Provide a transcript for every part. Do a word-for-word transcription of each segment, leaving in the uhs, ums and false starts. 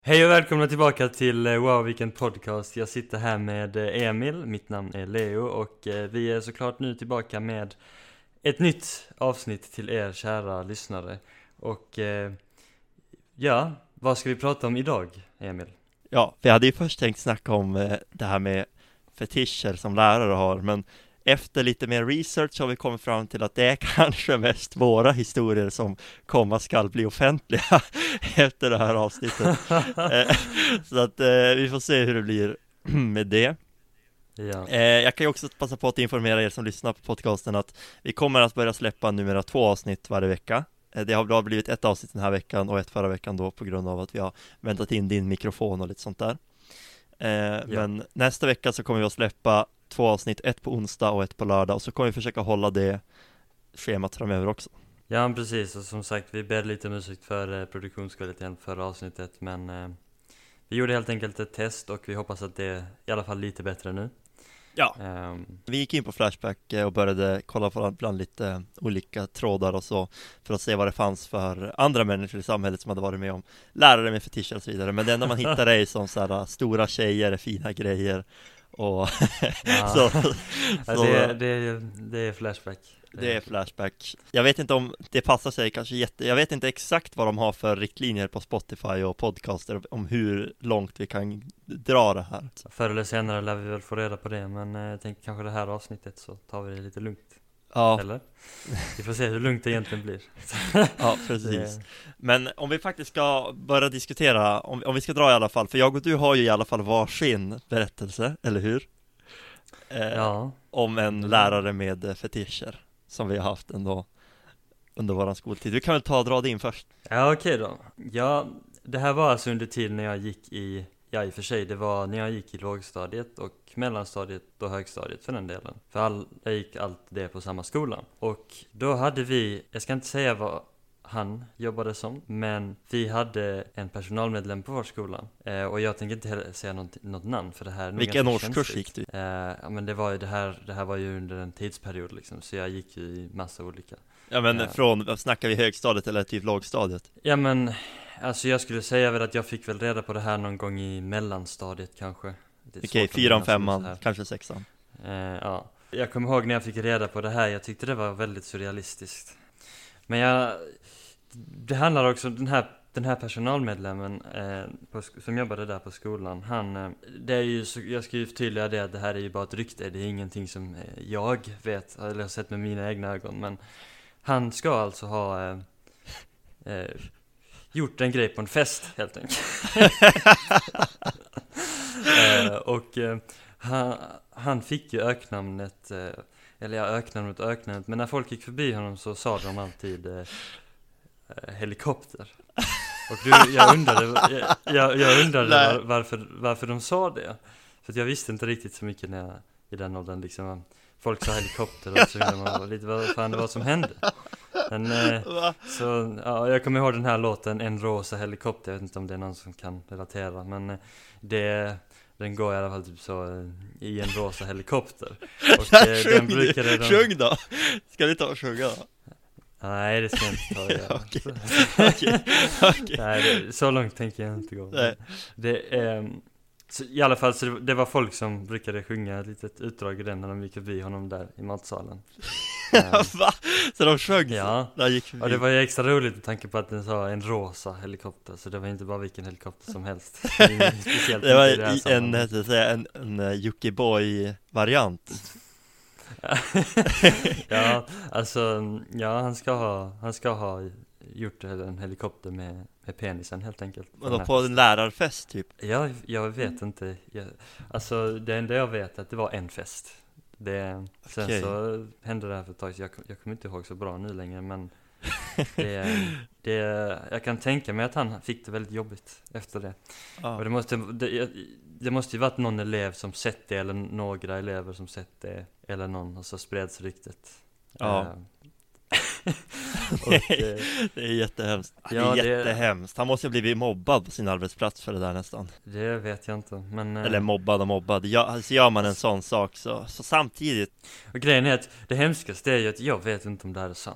Hej och välkomna tillbaka till eh, Wow Weekend Podcast. Jag sitter här med eh, Emil, mitt namn är Leo och eh, vi är såklart nu tillbaka med ett nytt avsnitt till er kära lyssnare. Och eh, ja, vad ska vi prata om idag, Emil? Ja, vi hade ju först tänkt snacka om eh, det här med fetischer som lärare har, men efter lite mer research har vi kommit fram till att det är kanske mest våra historier som komma skall bli offentliga efter det här avsnittet. eh, så att eh, vi får se hur det blir med det. Ja. Eh, jag kan ju också passa på att informera er som lyssnar på podcasten att vi kommer att börja släppa numera två avsnitt varje vecka. Eh, det har då blivit ett avsnitt den här veckan och ett förra veckan då på grund av att vi har väntat in din mikrofon och lite sånt där. Eh, ja. Men nästa vecka så kommer vi att släppa två avsnitt, ett på onsdag och ett på lördag, och så kommer vi försöka hålla det schemat framöver också. Ja, precis, och som sagt, vi ber lite musik för eh, produktionskvaliteten förra avsnittet, men eh, vi gjorde helt enkelt ett test och vi hoppas att det är i alla fall lite bättre nu. Ja, um, vi gick in på Flashback och började kolla på bland lite olika trådar och så för att se vad det fanns för andra människor i samhället som hade varit med om lärare med fetischer och så vidare. Men det enda man hittar är som så här stora tjejer, fina grejer och ja. så, ja, så det, det, det är Flashback. Det är Flashback. Jag vet inte om det passar sig kanske jätte... Jag vet inte exakt vad de har för riktlinjer på Spotify och podcaster om hur långt vi kan dra det här. Förr eller senare lär vi väl få reda på det, men eh, jag tänker kanske det här avsnittet så tar vi det lite lugnt. Ja. Eller? Vi får se hur lugnt det egentligen blir. Ja, precis. Men om vi faktiskt ska börja diskutera, om, om vi ska dra i alla fall, för jag och du har ju i alla fall varsin berättelse, eller hur? Eh, ja. Om en lärare med fetischer som vi har haft ändå under våran skoltid. Du kan väl ta och dra din först? Ja, okej då. Ja, det här var alltså under tiden när jag gick i, ja i och för sig, det var när jag gick i lågstadiet och mellanstadiet och högstadiet för den delen. För all, jag gick allt det på samma skola. Och då hade vi, jag ska inte säga vad han jobbade som, men vi hade en personalmedlem på vår skola. Eh, och jag tänker inte heller säga något, något namn för det här. Vilken årskurs gick du? Eh, ja, men det var ju det här, det här var ju under en tidsperiod liksom, så jag gick ju i massa olika. Ja, men eh, från, snackar vi högstadiet eller typ lågstadiet? Ja, men alltså jag skulle säga väl att jag fick väl reda på det här någon gång i mellanstadiet kanske. Okej, okay, fyran, femman, kanske sexan. Eh, ja, jag kommer ihåg när jag fick reda på det här, jag tyckte det var väldigt surrealistiskt. Men jag, det handlar också om den här, den här personalmedlemmen eh, på, som jobbade där på skolan. Han, eh, det är ju, så, jag ska ju förtydliga det att det här är ju bara ett rykte. Det är ingenting som eh, jag vet eller har sett med mina egna ögon. Men han ska alltså ha eh, eh, gjort en grej på en fest helt enkelt. eh, och eh, han, han fick ju öknamnet... Eh, Eller ja, öknamnet och öknamnet. Men när folk gick förbi honom så sa de alltid eh, eh, helikopter. Och du, jag undrade, jag, jag, jag undrade var, varför, varför de sa det. För att jag visste inte riktigt så mycket när jag, i den åldern liksom, folk sa helikopter och så undrade man lite vad fan det var som hände. Men, eh, så, ja, jag kommer ihåg den här låten En rosa helikopter. Jag vet inte om det är någon som kan relatera. Men eh, det... Den går i alla fall typ så eh, i en rosa helikopter. Och eh, den brukade de... Sjung då! Ska vi ta och sjunga då? Nej, det ska jag inte ta. Ja. Okej, okej, okej. Nej, det, så långt tänker jag inte gå. Nej. Det, eh, så, i alla fall så det, det var folk som brukade sjunga ett litet utdrag i den när de gick förbi honom där i matsalen. Va? Så de sjöng? Ja, där gick förbi. Och det var ju extra roligt med tanke på att den sa en rosa helikopter. Så det var inte bara vilken helikopter som helst. Speciellt det var det i en, en, en, en, en Jockiboi-variant. Ja, alltså ja, han ska ha han ska ha gjort en helikopter med, med penisen helt enkelt. Men då på en lärarfest typ? Ja, jag vet inte. Jag, alltså det enda jag vet är att det var en fest. Det, sen okay. så hände det här för ett tag, så jag, jag kommer inte ihåg så bra nu längre, men det, det, jag kan tänka mig att han fick det väldigt jobbigt efter det. Ah. Och det måste, det, det måste ju varit någon elev som sett det, eller några elever som sett det, eller någon, och så spreds ryktet. Ja. Uh, och, Nej, det är jättehemskt. Ja, det är jättehemskt. Han måste ju blivit mobbad på sin arbetsplats för det där nästan. Det vet jag inte, men eller mobbad och mobbad. Ja, alltså gör man en sån sak så, så samtidigt. Och grejen är att det hemskaste är ju att jag vet inte om det här är sant.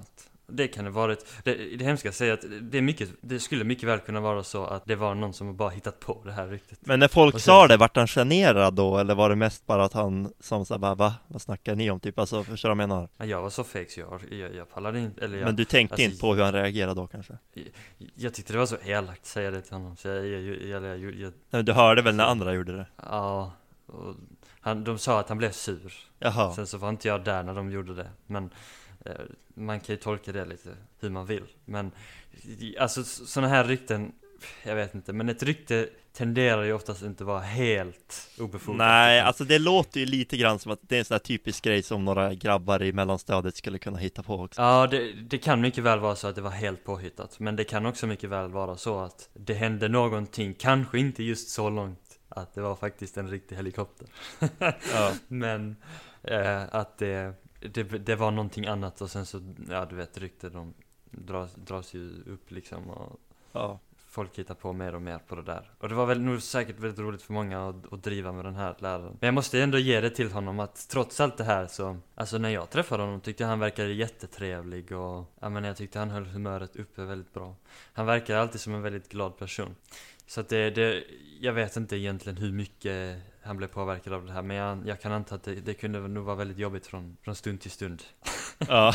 Det kan det varit. Det, det hemska säger att det är mycket, det skulle mycket väl kunna vara så att det var någon som bara hittat på det här ryktet. Men när folk sen, sa det, vart han generad då? Eller var det mest bara att han som sa bara, va? Vad snackar ni om? Typ, alltså, förstår du vad jag menar? Ja, jag var så fake så jag, jag, jag pallade inte. Eller jag, Men du tänkte alltså, inte på hur han reagerade då kanske? Jag, jag tyckte det var så elakt att säga det till honom. Så jag, jag, jag, jag, jag, jag Nej, du hörde väl när andra gjorde det? Ja, och han, de sa att han blev sur. Jaha. Sen så var inte jag där när de gjorde det. Men eh, man kan ju tolka det lite hur man vill. Men alltså sådana här rykten, jag vet inte. Men ett rykte tenderar ju oftast inte vara helt obefogat. Nej, alltså det låter ju lite grann som att det är en sån här typisk grej som några grabbar i mellanstadiet skulle kunna hitta på också. Ja, det, det kan mycket väl vara så att det var helt påhittat. Men det kan också mycket väl vara så att det hände någonting, kanske inte just så långt, att det var faktiskt en riktig helikopter. Ja. Men eh, att det, det, det var någonting annat. Och sen så, ja du vet, rykten de dras, dras ju upp liksom. Och Ja. folk hittar på mer och mer på det där. Och det var väl nog säkert väldigt roligt för många att, att driva med den här läraren. Men jag måste ändå ge det till honom att trots allt det här så, alltså när jag träffade honom tyckte jag han verkade jättetrevlig. Och ja, men jag tyckte han höll humöret uppe väldigt bra. Han verkar alltid som en väldigt glad person. Så att det, det, jag vet inte egentligen hur mycket han blev påverkad av det här. Men jag, jag kan anta att det, det kunde nog vara väldigt jobbigt från, från stund till stund. Ja.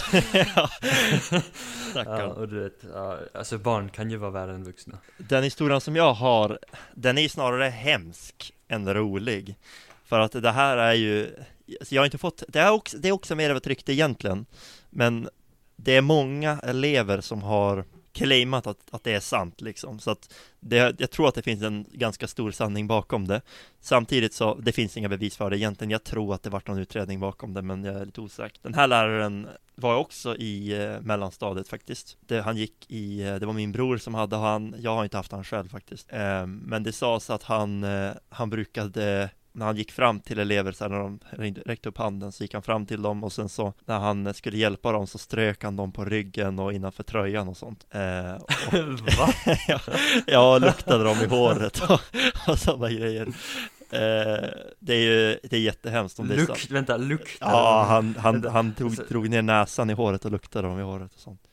Ja, och du vet, ja, alltså barn kan ju vara värre än vuxna. Den historien som jag har, den är snarare hemsk än rolig. För att det här är ju, jag har inte fått, det är också, det är också mer av ett rykte egentligen. Men det är många elever som har claimat att, att det är sant liksom. Så att det, jag tror att det finns en ganska stor sanning bakom det. Samtidigt så, det finns inga bevis för det egentligen. Jag tror att det var någon utredning bakom det, men jag är lite osäker. Den här läraren var också i eh, mellanstadiet faktiskt. Det, han gick i, eh, det var min bror som hade han, jag har inte haft han själv faktiskt. Eh, men det sades att han, eh, han brukade, när han gick fram till elever så här, när de räckte upp handen så gick han fram till dem och sen så när han skulle hjälpa dem så strök han dem på ryggen och innanför tröjan och sånt. Eh, och, Va? ja, ja, luktade dem i håret och, och sådana grejer. Eh, det är ju det är jättehemskt om det är Lukt, sant. vänta, lukt. Ja, han, han, han drog, Så- drog ner näsan i håret och luktade dem i håret och sånt.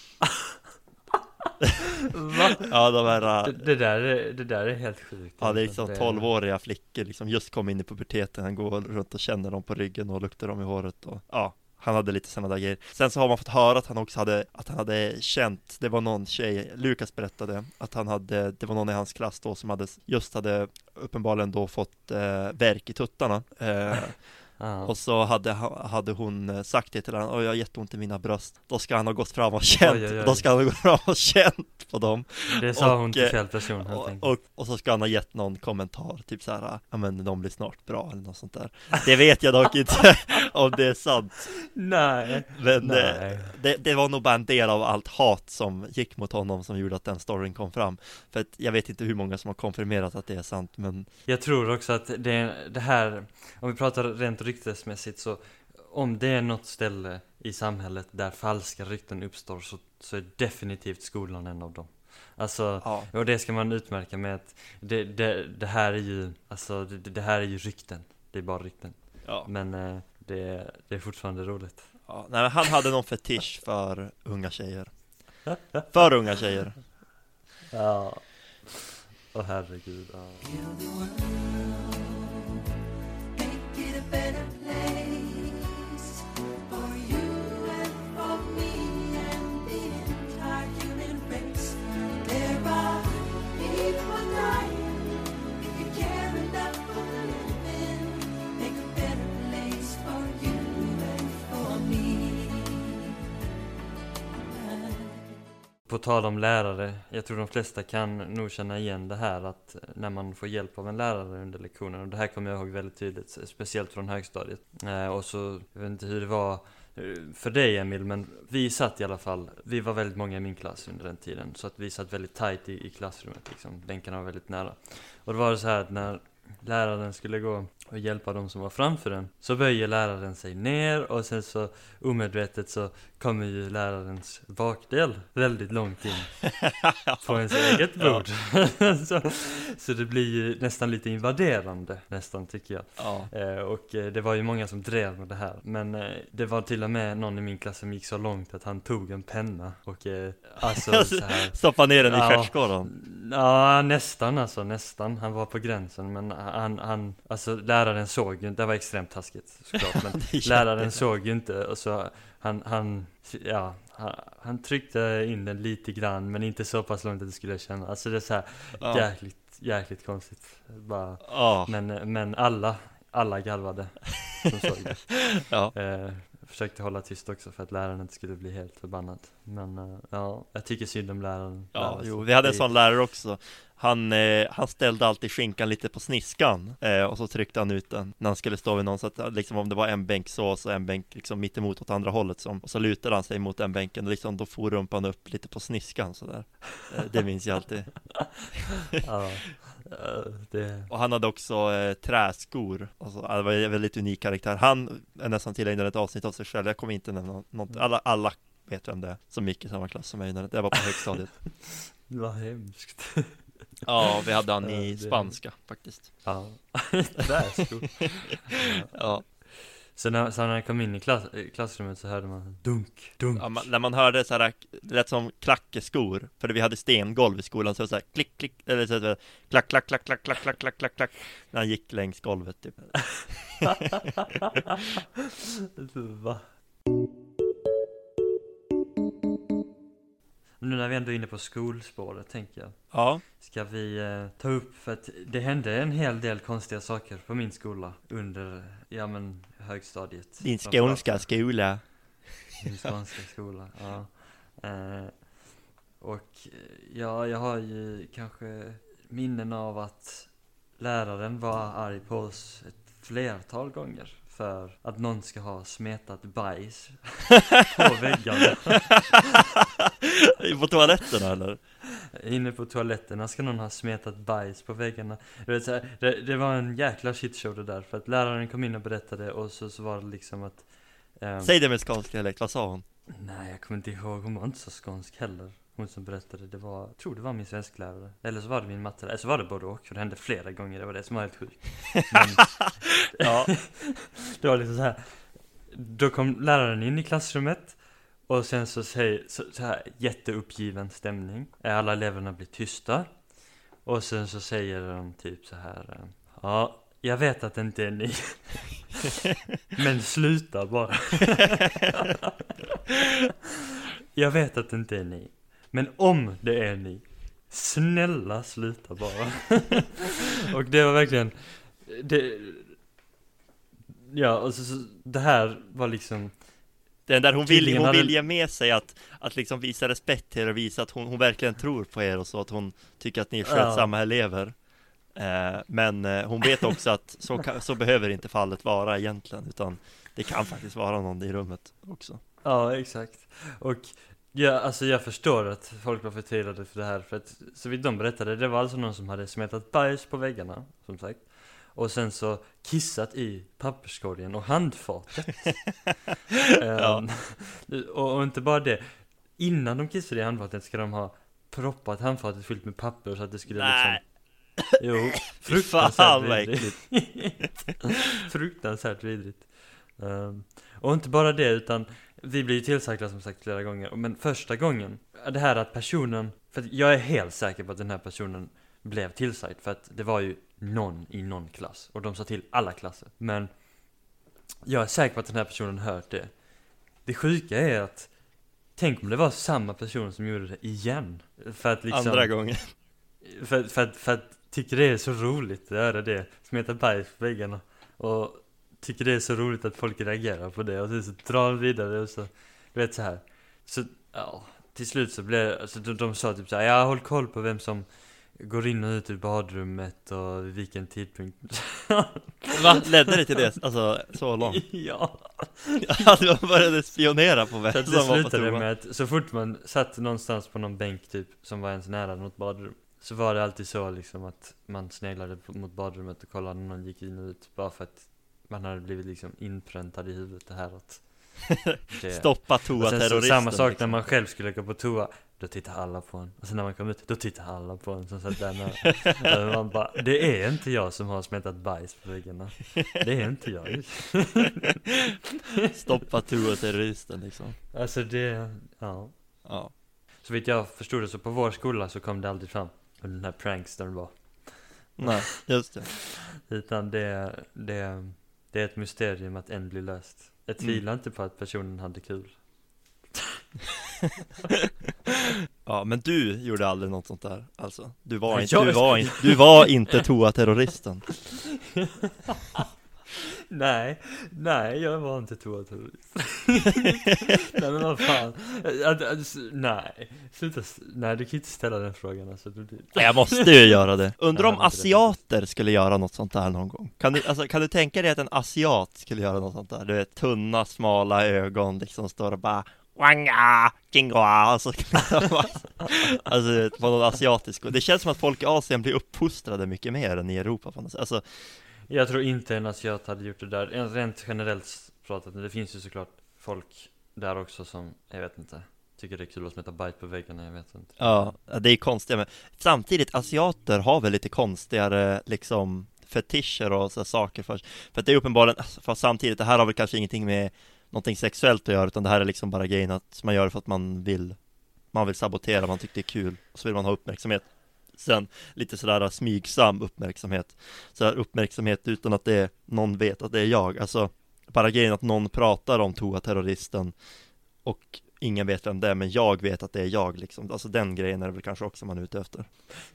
Va? Ja, de här, Det, det, där är, det där är helt sjukt. ja, det är liksom tolvåriga flickor liksom just kom in i puberteten. Han går runt och känner dem på ryggen och luktar dem i håret och ja, han hade lite sådana där grejer. Sen så har man fått höra att han också hade, att han hade känt, det var någon tjej, Lukas berättade, att han hade, det var någon i hans klass då som hade, just hade uppenbarligen då fått eh, värk i tuttarna. Eh, Ja. och så hade, hade hon sagt det till honom, oj jag har jätteont i mina bröst. Då ska han ha gått fram och känt, Oj, oj, oj. då ska han ha gått fram och känt på dem. Det sa och, hon till eh, fel person helt Och, enkelt. och, och så ska han ha gett någon kommentar, typ så här, ja men de blir snart bra eller något sånt där. Det vet jag dock inte om det är sant. Nej. Men Nej. det, det var nog bara en del av allt hat som gick mot honom som gjorde att den storyn kom fram. För att jag vet inte hur många som har konfirmerat att det är sant, men Jag tror också att det, det här, om vi pratar rent ryktesmässigt så, om det är något ställe i samhället där falska rykten uppstår så, så är definitivt skolan en av dem. Alltså, ja. och det ska man utmärka med att det, det, det här är ju, alltså det, det här är ju rykten. Det är bara rykten. Ja. Men eh, det, det är fortfarande roligt. Ja, nej, men han hade någon fetisch för unga tjejer. För unga tjejer. Ja. Åh herregud. Ja. Heal the world, make it a better place for you and for me and the entire human race. There are people dying. If you care enough for the living, make a better place for you and for me. På tal om lärare, jag tror de flesta kan nog känna igen det här att när man får hjälp av en lärare under lektionen, och det här kommer jag ihåg väldigt tydligt, speciellt från högstadiet. Eh, och så, jag vet inte hur det var för dig Emil, men vi satt i alla fall, vi var väldigt många i min klass under den tiden, så att vi satt väldigt tight i, i klassrummet liksom, bänkarna var väldigt nära. Och det var så här att när läraren skulle gå och hjälpa dem som var framför den, så böjer läraren sig ner och sen så omedvetet så kommer ju lärarens bakdel väldigt långt in på ens eget bord. så, så det blir ju nästan lite invaderande, nästan tycker jag. Ja. Eh, och eh, det var ju många som drev med det här. Men eh, det var till och med någon i min klass som gick så långt att han tog en penna och eh, alltså så här. Stoppa ner den i Ja. stjärtskåran. Ja, nästan alltså, nästan. Han var på gränsen, men han, han alltså läraren såg ju, det var extremt taskigt såklart, men Det är läraren jätte- såg ju inte, och så han, han, ja, han, han tryckte in den lite grann, men inte så pass långt att det skulle känna, alltså det är så här Ja. jäkligt, jäkligt konstigt bara, Ja. men, men alla, alla garvade som såg det. Ja. Eh, försökte hålla tyst också för att läraren inte skulle bli helt förbannad. Men eh, ja, jag tycker synd om läraren. Ja, Läraren. jo, vi hade en Det- sån lärare också. Han, eh, han ställde alltid skinkan lite på sniskan eh, och så tryckte han ut den när han skulle stå vid någon, så att liksom om det var en bänk så, så en bänk liksom mitt emot åt andra hållet som, och så lutade han sig mot den bänken och liksom då for rumpan upp lite på sniskan så där. Eh, det minns jag alltid. Ja, eh, det... Och han hade också eh, träskor. Alltså, det var en väldigt unik karaktär. Han är nästan tillägnad ett avsnitt av sig själv. Jag kommer inte nämna något. Alla, alla vet vem det är som gick i samma klass som mig när jag var på högstadiet. Det var hemskt. Ja, vi hade han Ja, i det- spanska faktiskt. Ja, träskor. Ja, Så när, så när jag kom in i klass, i klassrummet så hörde man dunk, dunk. ja man, när man hörde så här, det lät som klackeskor. För vi hade stengolv i skolan, så det var så här klick, klick, eller så här, klack, klack, klack, klack, klack, klack, klack, klack, klack. När han gick längs golvet typ. Va? Nu när vi ändå är inne på skolspåret tänker jag, Ja, ska vi eh, ta upp, för att det hände en hel del konstiga saker på min skola under, ja men, högstadiet. din Framförallt. skånska skola. Min skånska skola, ja. Eh, och eh, ja, jag har ju kanske minnen av att läraren var arg på oss ett flertal gånger för att någon ska ha smetat bajs på väggarna. På toaletterna eller? Inne på toaletterna ska någon ha smetat bajs på väggarna. Du vet, så här, det, det var en jäkla shitshow det där, för att läraren kom in och berättade, och så, så var det liksom att ehm, Säg det med skånsk dialekt, vad sa hon? nej, jag kommer inte ihåg, hon var inte så skånsk heller. Hon som berättade, det var, jag tror det var min svensklärare. Eller så var det min matte, eller så var det både och, för det hände flera gånger, det var det som var helt sjukt. Men Ja, det var liksom så här. Då kom läraren in i klassrummet, och sen så säger, så, så här jätteuppgiven stämning. Alla eleverna blir tysta. Och sen så säger de typ så här: ja, jag vet att det inte är ni. Men sluta bara. Jag vet att det inte är ni. Men om det är ni, snälla sluta bara. Och det var verkligen det, ja, och så, så, det här var liksom den där hon vill, Tydligen hon hade- vill ge med sig att, att liksom visa respekt till er och visa att hon, hon verkligen tror på er och så, att hon tycker att ni är skötsamma elever. Eh, men eh, hon vet också att så, kan, så behöver inte fallet vara egentligen, utan det kan faktiskt vara någon i rummet också. Ja, exakt. Och ja, alltså jag förstår att folk var förtvivlade för det här, för att så vitt de berättade, det var alltså någon som hade smetat bajs på väggarna, som sagt. Och sen så kissat i papperskorgen och handfatet. Ja. Ehm, och, och inte bara det. Innan de kissade i handfatet ska de ha proppat handfatet fyllt med papper så att det skulle Nej. liksom... Jo, fruktansvärt Fan vad vidrigt. Fruktansvärt vidrigt. Ehm, och inte bara det, utan vi blir ju tillsagda som sagt flera gånger. Men första gången, det här att personen, för att jag är helt säker på att den här personen blev tillsagd, för att det var ju någon i någon klass, och de sa till alla klasser. Men jag är säker på att den här personen hört det. Det sjuka är att tänk om det var samma person som gjorde det igen. För att liksom, Andra gången. för, för, att, för att tycker det är så roligt att göra det, smeta bajs på väggarna, och tycker det är så roligt att folk reagerar på det, och så, så drar de vidare och så, du vet så här. Så ja, till slut så blev alltså, de, de sa typ så här: jag håll koll på vem som går in och ut ur badrummet och vid vilken tidpunkt. Va? Ledde det till det? Alltså, så långt? Ja. Att man började spionera på vem Så att som det var på slutade toa. med att så fort man satt någonstans på någon bänk typ som var ens nära något badrum, så var det alltid så liksom att man sneglade på- mot badrummet och kollade när någon gick in och ut. Bara för att man hade blivit liksom inpräntad i huvudet det här att det, Stoppa och sen så toa-terroristen. samma sak liksom. när man själv skulle gå på toa. Då tittar alla på en. Och sen när man kom ut, då tittar alla på en. Som satt där när, och man bara, det är inte jag som har smetat bajs på väggarna. Det är inte jag. Stoppa toa-terroristen liksom. Alltså det, ja. Ja. Så vitt jag förstod det så på vår skola så kom det aldrig fram. Och den här prankstern var. Nej, just det. Utan det, det, det är ett mysterium att än blir löst. Jag tvivlar inte på att personen hade kul. Ja, men du gjorde aldrig något sånt där. Alltså, du var Nej, inte, jag- du var inte, du var inte toa-terroristen. Nej, nej, jag var inte toaterrorist. Nej men vad fan. Att- att- Nej, sluta, s- nej du kan inte ställa den frågan alltså. Du, du. Nej, jag måste ju göra det. Undrar om Jag hade inte det. asiater skulle göra något sånt där någon gång. Kan du, alltså, kan du tänka dig att en asiat skulle göra något sånt där? Du vet, tunna, smala ögon liksom står och bara Wanga, Kingwa, alltså, alltså du vet, på någon asiatisk. Det känns som att folk i Asien blir uppfostrade mycket mer än i Europa på något sätt. Alltså, Jag tror inte en asiat hade gjort det där. Rent generellt pratat, men det finns ju såklart folk där också som, jag vet inte, tycker det är kul att smeta bajs på väggarna, jag vet inte. ja, det är konstigt. Men samtidigt, asiater har väl lite konstigare liksom fetischer och så här saker för, för att det är uppenbarligen, för samtidigt, det här har väl kanske ingenting med någonting sexuellt att göra, utan det här är liksom bara grejen att man gör det för att man vill man vill sabotera, man tycker det är kul och så vill man ha uppmärksamhet. Sen lite sådär smygsam uppmärksamhet, så här uppmärksamhet utan att det är, någon vet att det är jag. Alltså bara grejen att någon pratar om toa-terroristen och ingen vet vem det är, men jag vet att det är jag liksom. Alltså den grejen är det väl kanske också man är ute efter.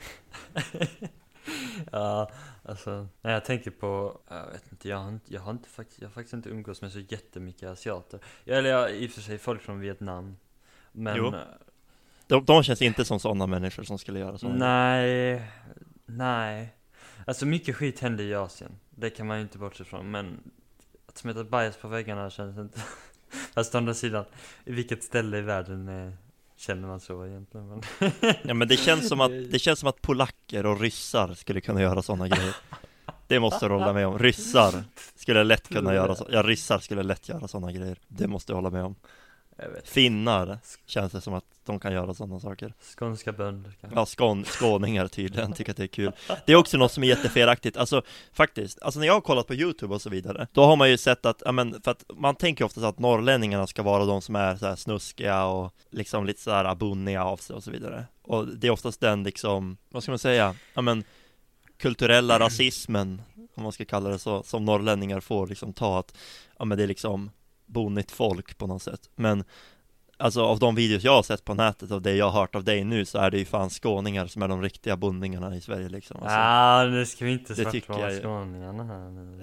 Ja, alltså, när jag tänker på, jag vet inte, jag har inte, jag har inte faktiskt, jag har faktiskt inte umgås med så jättemycket asiater. Eller jag, i och för sig folk från Vietnam. Men, Jo. De, de känns inte som sådana människor som skulle göra så. nej, nej. Alltså mycket skit händer i Asien. Det kan man ju inte bortse från. Men att smeta bajs på väggarna känns inte. Fast å andra sidan, i vilket ställe i världen eh, känner man så egentligen? Men Ja, men det känns som att det känns som att polacker och ryssar skulle kunna göra sådana grejer. Det måste du hålla med om. Ryssar skulle lätt kunna göra så. Ja, ryssar skulle lätt göra sådana grejer. Det måste du hålla med om. jag vet. Finnar känns det som att de kan göra sådana saker. Skånska bönder kanske. Ja, skån, skåningar tydligen tycker att det är kul. Det är också något som är jättefelaktigt. Alltså faktiskt, alltså när jag har kollat på YouTube och så vidare, då har man ju sett att, ja men, för att man tänker ofta så att norrlänningarna ska vara de som är så här snuskiga och liksom lite så här bunniga av sig och så vidare. Och det är oftast den liksom, vad ska man säga, ja men kulturella rasismen, om man ska kalla det så, som norrlänningar får liksom ta att, ja men det är liksom bonnigt folk på något sätt. Men alltså av de videos jag har sett på nätet och det jag har hört av dig nu, så är det ju fan skåningar som är de riktiga bondingarna i Sverige liksom. Alltså, Ah, nu ska vi inte det tycker svartvara jag ju. skåningarna här nu.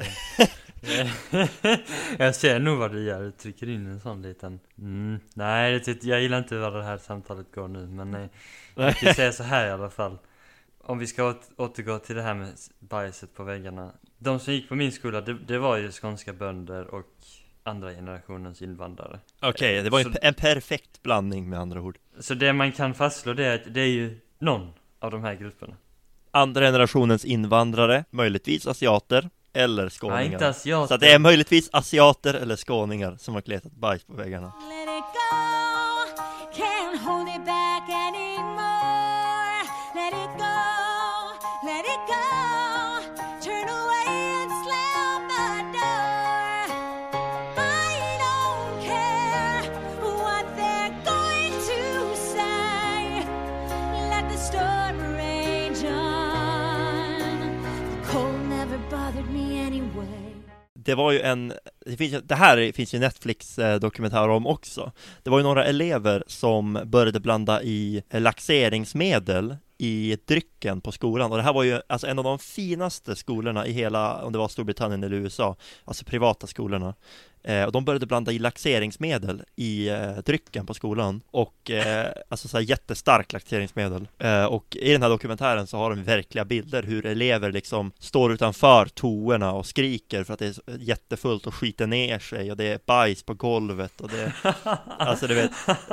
Jag ser nog vad du gör, du trycker in en sån liten mm. Nej, det tycker- jag gillar inte vad det här samtalet går nu. Men nej, jag kan säga så här i alla fall. Om vi ska åt- återgå till det här med bajset på väggarna. De som gick på min skola, det, det var ju skånska bönder och andra generationens invandrare. Okej, det var ju Så- en, en perfekt blandning med andra ord. Så det man kan fastslå det är att det är ju någon av de här grupperna. Andra generationens invandrare, möjligtvis asiater eller skåningar. Nej, inte asiater. Så att det är möjligtvis asiater eller skåningar som har kletat bajs på väggarna. Let it go, can't hold it back anymore. Let it go, let it go. Turn away and slam the door. I don't care what they're going to say. Let the storm rage on. The cold never bothered me anyway. Det var ju en, det, finns, ju- det här finns ju Netflix-dokumentär om också. Det var ju några elever som började blanda i eh, laxeringsmedel i drycken på skolan. Och det här var ju alltså en av de finaste skolorna i hela, om det var Storbritannien eller U S A, alltså privata skolorna. Eh, och de började blanda i laxeringsmedel i eh, drycken på skolan. Och eh, alltså så här jättestark laxeringsmedel. Eh, och i den här dokumentären så har de verkliga bilder hur elever liksom står utanför toorna och skriker för att det är jättefullt och skiter ner sig. Och det är bajs på golvet. Och det alltså du vet.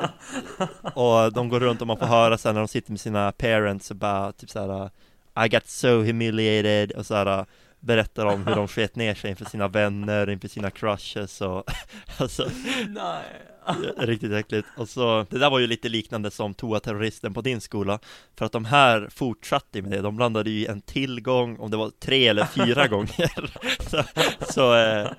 Och de går runt och man får höra sen när de sitter med sina parents och bara typ såhär I got so humiliated och såhär berättar om hur de sket ner sig inför sina vänner, inför sina crushes och alltså, Nej. riktigt äckligt. Och så, det där var ju lite liknande som toa-terroristen på din skola, för att de här fortsatte med det, de blandade ju en tillgång, om det var tre eller fyra gånger så, så eh,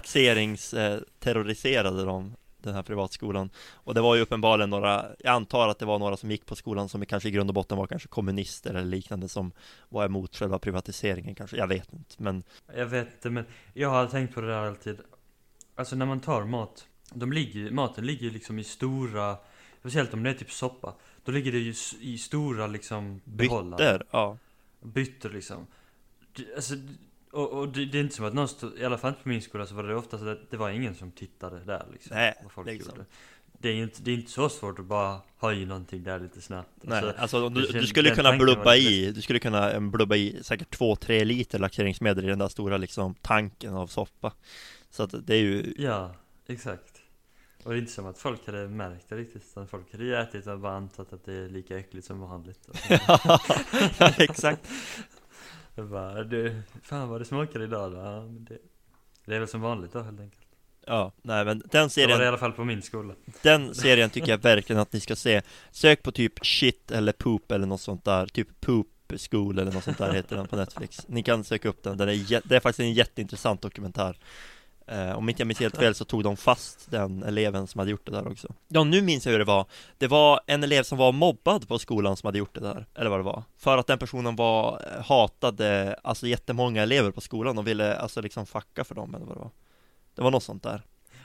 laxeringsterroriserade de den här privatskolan. Och det var ju uppenbarligen några, jag antar att det var några som gick på skolan som kanske i grund och botten var kanske kommunister eller liknande som var emot själva privatiseringen kanske, jag vet inte, men Jag vet inte, men jag har tänkt på det där alltid. Alltså när man tar mat, de ligger, maten ligger liksom i stora, speciellt om det är typ soppa, då ligger det ju s- i stora liksom behållare. bytter, ja. Bytter liksom. Det- Alltså, och, och det, det är inte som att någon stod, i alla fall inte på min skola så var det ofta så att det var ingen som tittade där liksom. Nej, vad folk liksom. gjorde. Det är inte, det är inte så svårt att bara ha i någonting där lite snabbt. Nej, Alltså, alltså det du, känns- du skulle den kunna tanken var blubba lite- i, du skulle kunna eh, blubba i säkert två tre liter laxeringsmedel i den där stora liksom tanken av soppa. Så att det är ju, Ja, exakt. Och det är inte som att folk hade märkt det riktigt, utan folk hade ju ätit och bara antat att det är lika äckligt som vanligt. ja, exakt. Jag bara, det, fan vad det smakar idag då. Ja, men det, det är väl som vanligt då helt enkelt. Ja, nej men den Det var serien, det i alla fall på min skola. den serien tycker jag verkligen att ni ska se. Sök på typ shit eller poop eller något sånt där, typ poop school eller något sånt där heter den på Netflix. Ni kan söka upp den, den är jä- det är faktiskt en jätteintressant dokumentär. Eh, om inte jag minns helt fel så tog de fast den eleven som hade gjort det där också. Ja, nu minns jag hur det var. Det var en elev som var mobbad på skolan som hade gjort det där, eller vad det var. För att den personen var, hatade alltså jättemånga elever på skolan och ville alltså liksom fucka för dem eller vad det var. Det var något sånt där.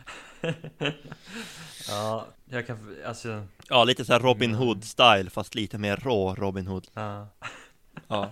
Ja, jag kan, alltså, Ja, lite så här Robin Hood-style fast lite mer rå Robin Hood. ja. Ja.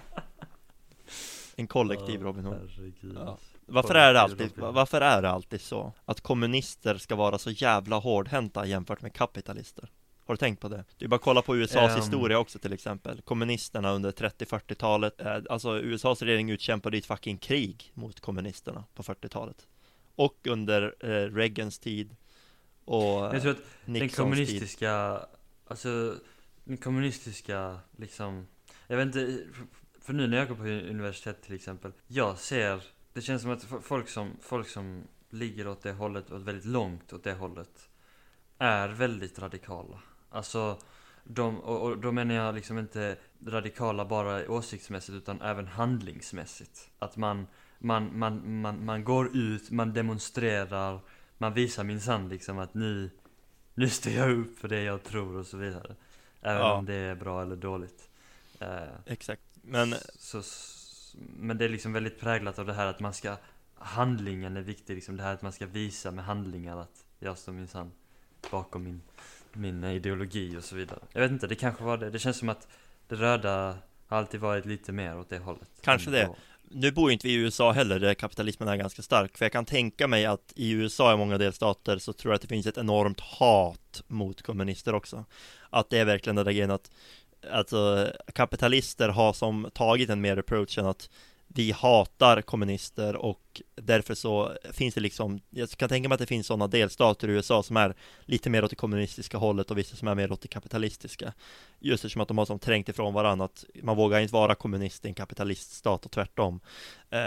En kollektiv Ja, Robin Hood. herregud. Ja. Varför är det alltid, Robin Hood. varför är det alltid så att kommunister ska vara så jävla hårdhänta jämfört med kapitalister? Har du tänkt på det? Det är bara att kolla på U S A:s Ehm. historia också till exempel. Kommunisterna under trettio-fyrtiotalet, eh, alltså U S A:s regering utkämpade ett fucking krig mot kommunisterna på fyrtiotalet. Och under eh, Reagans tid och Jag tror att den Nixons tid. kommunistiska, alltså den kommunistiska liksom, jag vet inte, för nu när jag går på universitet till exempel, jag ser, det känns som att folk som, folk som ligger åt det hållet och väldigt långt åt det hållet är väldigt radikala. Alltså de, och, och då menar jag liksom inte radikala bara åsiktsmässigt utan även handlingsmässigt. Att man, man, man, man, man går ut, man demonstrerar, man visar minsann liksom att nu, nu står jag upp för det jag tror och så vidare. Även Ja. om det är bra eller dåligt. Eh, Exakt. Men så, s- men det är liksom väldigt präglat av det här att man ska, handlingen är viktig liksom, det här att man ska visa med handlingar att jag står minsann bakom min, min ideologi och så vidare. Jag vet inte, det kanske var det. Det känns som att det röda har alltid varit lite mer åt det hållet. Kanske än det. blå. nu bor ju inte vi i U S A heller där kapitalismen är ganska stark. För jag kan tänka mig att i U S A i många delstater så tror jag att det finns ett enormt hat mot kommunister också. Att det är verkligen den där grejen att alltså, kapitalister har som tagit en mer approachen att vi hatar kommunister och därför så finns det liksom, jag kan tänka mig att det finns sådana delstater i U S A som är lite mer åt det kommunistiska hållet och vissa som är mer åt det kapitalistiska. Just eftersom att de har som trängt ifrån varandra, att man vågar inte vara kommunist i en kapitaliststat och tvärtom. Eh,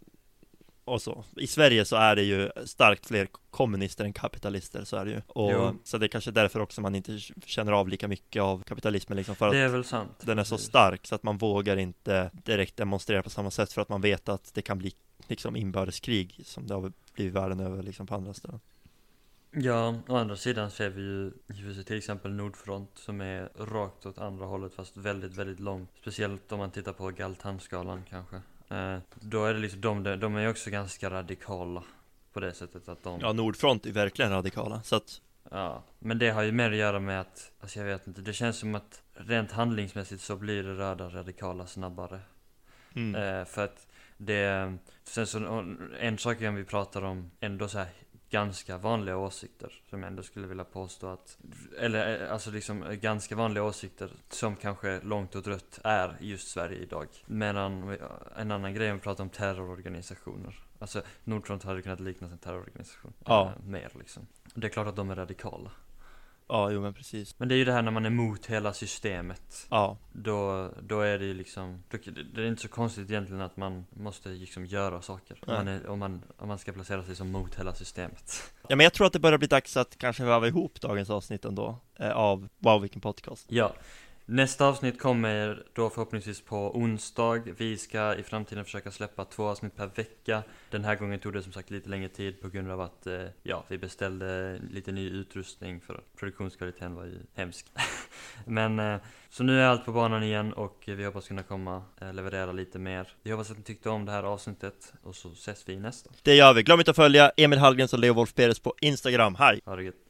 och så. I Sverige så är det ju starkt fler kommunister än kapitalister, så är det ju. Och Jo. så det är kanske därför också man inte känner av lika mycket av kapitalismen liksom, för att Det är väl sant. den är så Precis. stark så att man vågar inte direkt demonstrera på samma sätt för att man vet att det kan bli liksom inbördeskrig som det har blivit världen över liksom på andra ställen. Ja, å andra sidan ser vi ju ju till exempel Nordfront som är rakt åt andra hållet fast väldigt, väldigt långt. Speciellt om man tittar på Galtanskalan kanske. Eh, då är det liksom, de, de är ju också ganska radikala på det sättet att de... Ja, Nordfront är verkligen radikala så att Ja, men det har ju mer att göra med att, alltså jag vet inte, det känns som att rent handlingsmässigt så blir det röda radikala snabbare. mm, Eh, för att det, sen så, en sak som vi pratar om ändå så här ganska vanliga åsikter som jag ändå skulle vilja påstå att, eller alltså liksom ganska vanliga åsikter som kanske långt och rött är i just Sverige idag. Medan en annan grej om vi pratar om terrororganisationer. Alltså Nordfront hade kunnat liknas en terrororganisation. Ja. Eh, mer liksom. Det är klart att de är radikala. Ja, jo men precis. Men det är ju det här när man är emot hela systemet. Ja, Då, då är det ju liksom, då, det är inte så konstigt egentligen att man måste liksom göra saker. Om Nej. man, är, om, man, om man ska placera sig som mot hela systemet. ja men jag tror att det börjar bli dags att kanske väva ihop dagens avsnitt ändå eh, av Wow vilken podcast. Ja, nästa avsnitt kommer då förhoppningsvis på onsdag. Vi ska i framtiden försöka släppa två avsnitt per vecka. Den här gången tog det som sagt lite längre tid på grund av att eh, ja, vi beställde lite ny utrustning för produktionskvaliteten var ju hemsk. Men eh, så nu är allt på banan igen och vi hoppas kunna komma eh, leverera lite mer. Vi hoppas att ni tyckte om det här avsnittet och så ses vi i nästa. Det gör vi. Glöm inte att följa Emil Hallgrens och Leo Wolf Perez på Instagram. Hej! Ha det gött.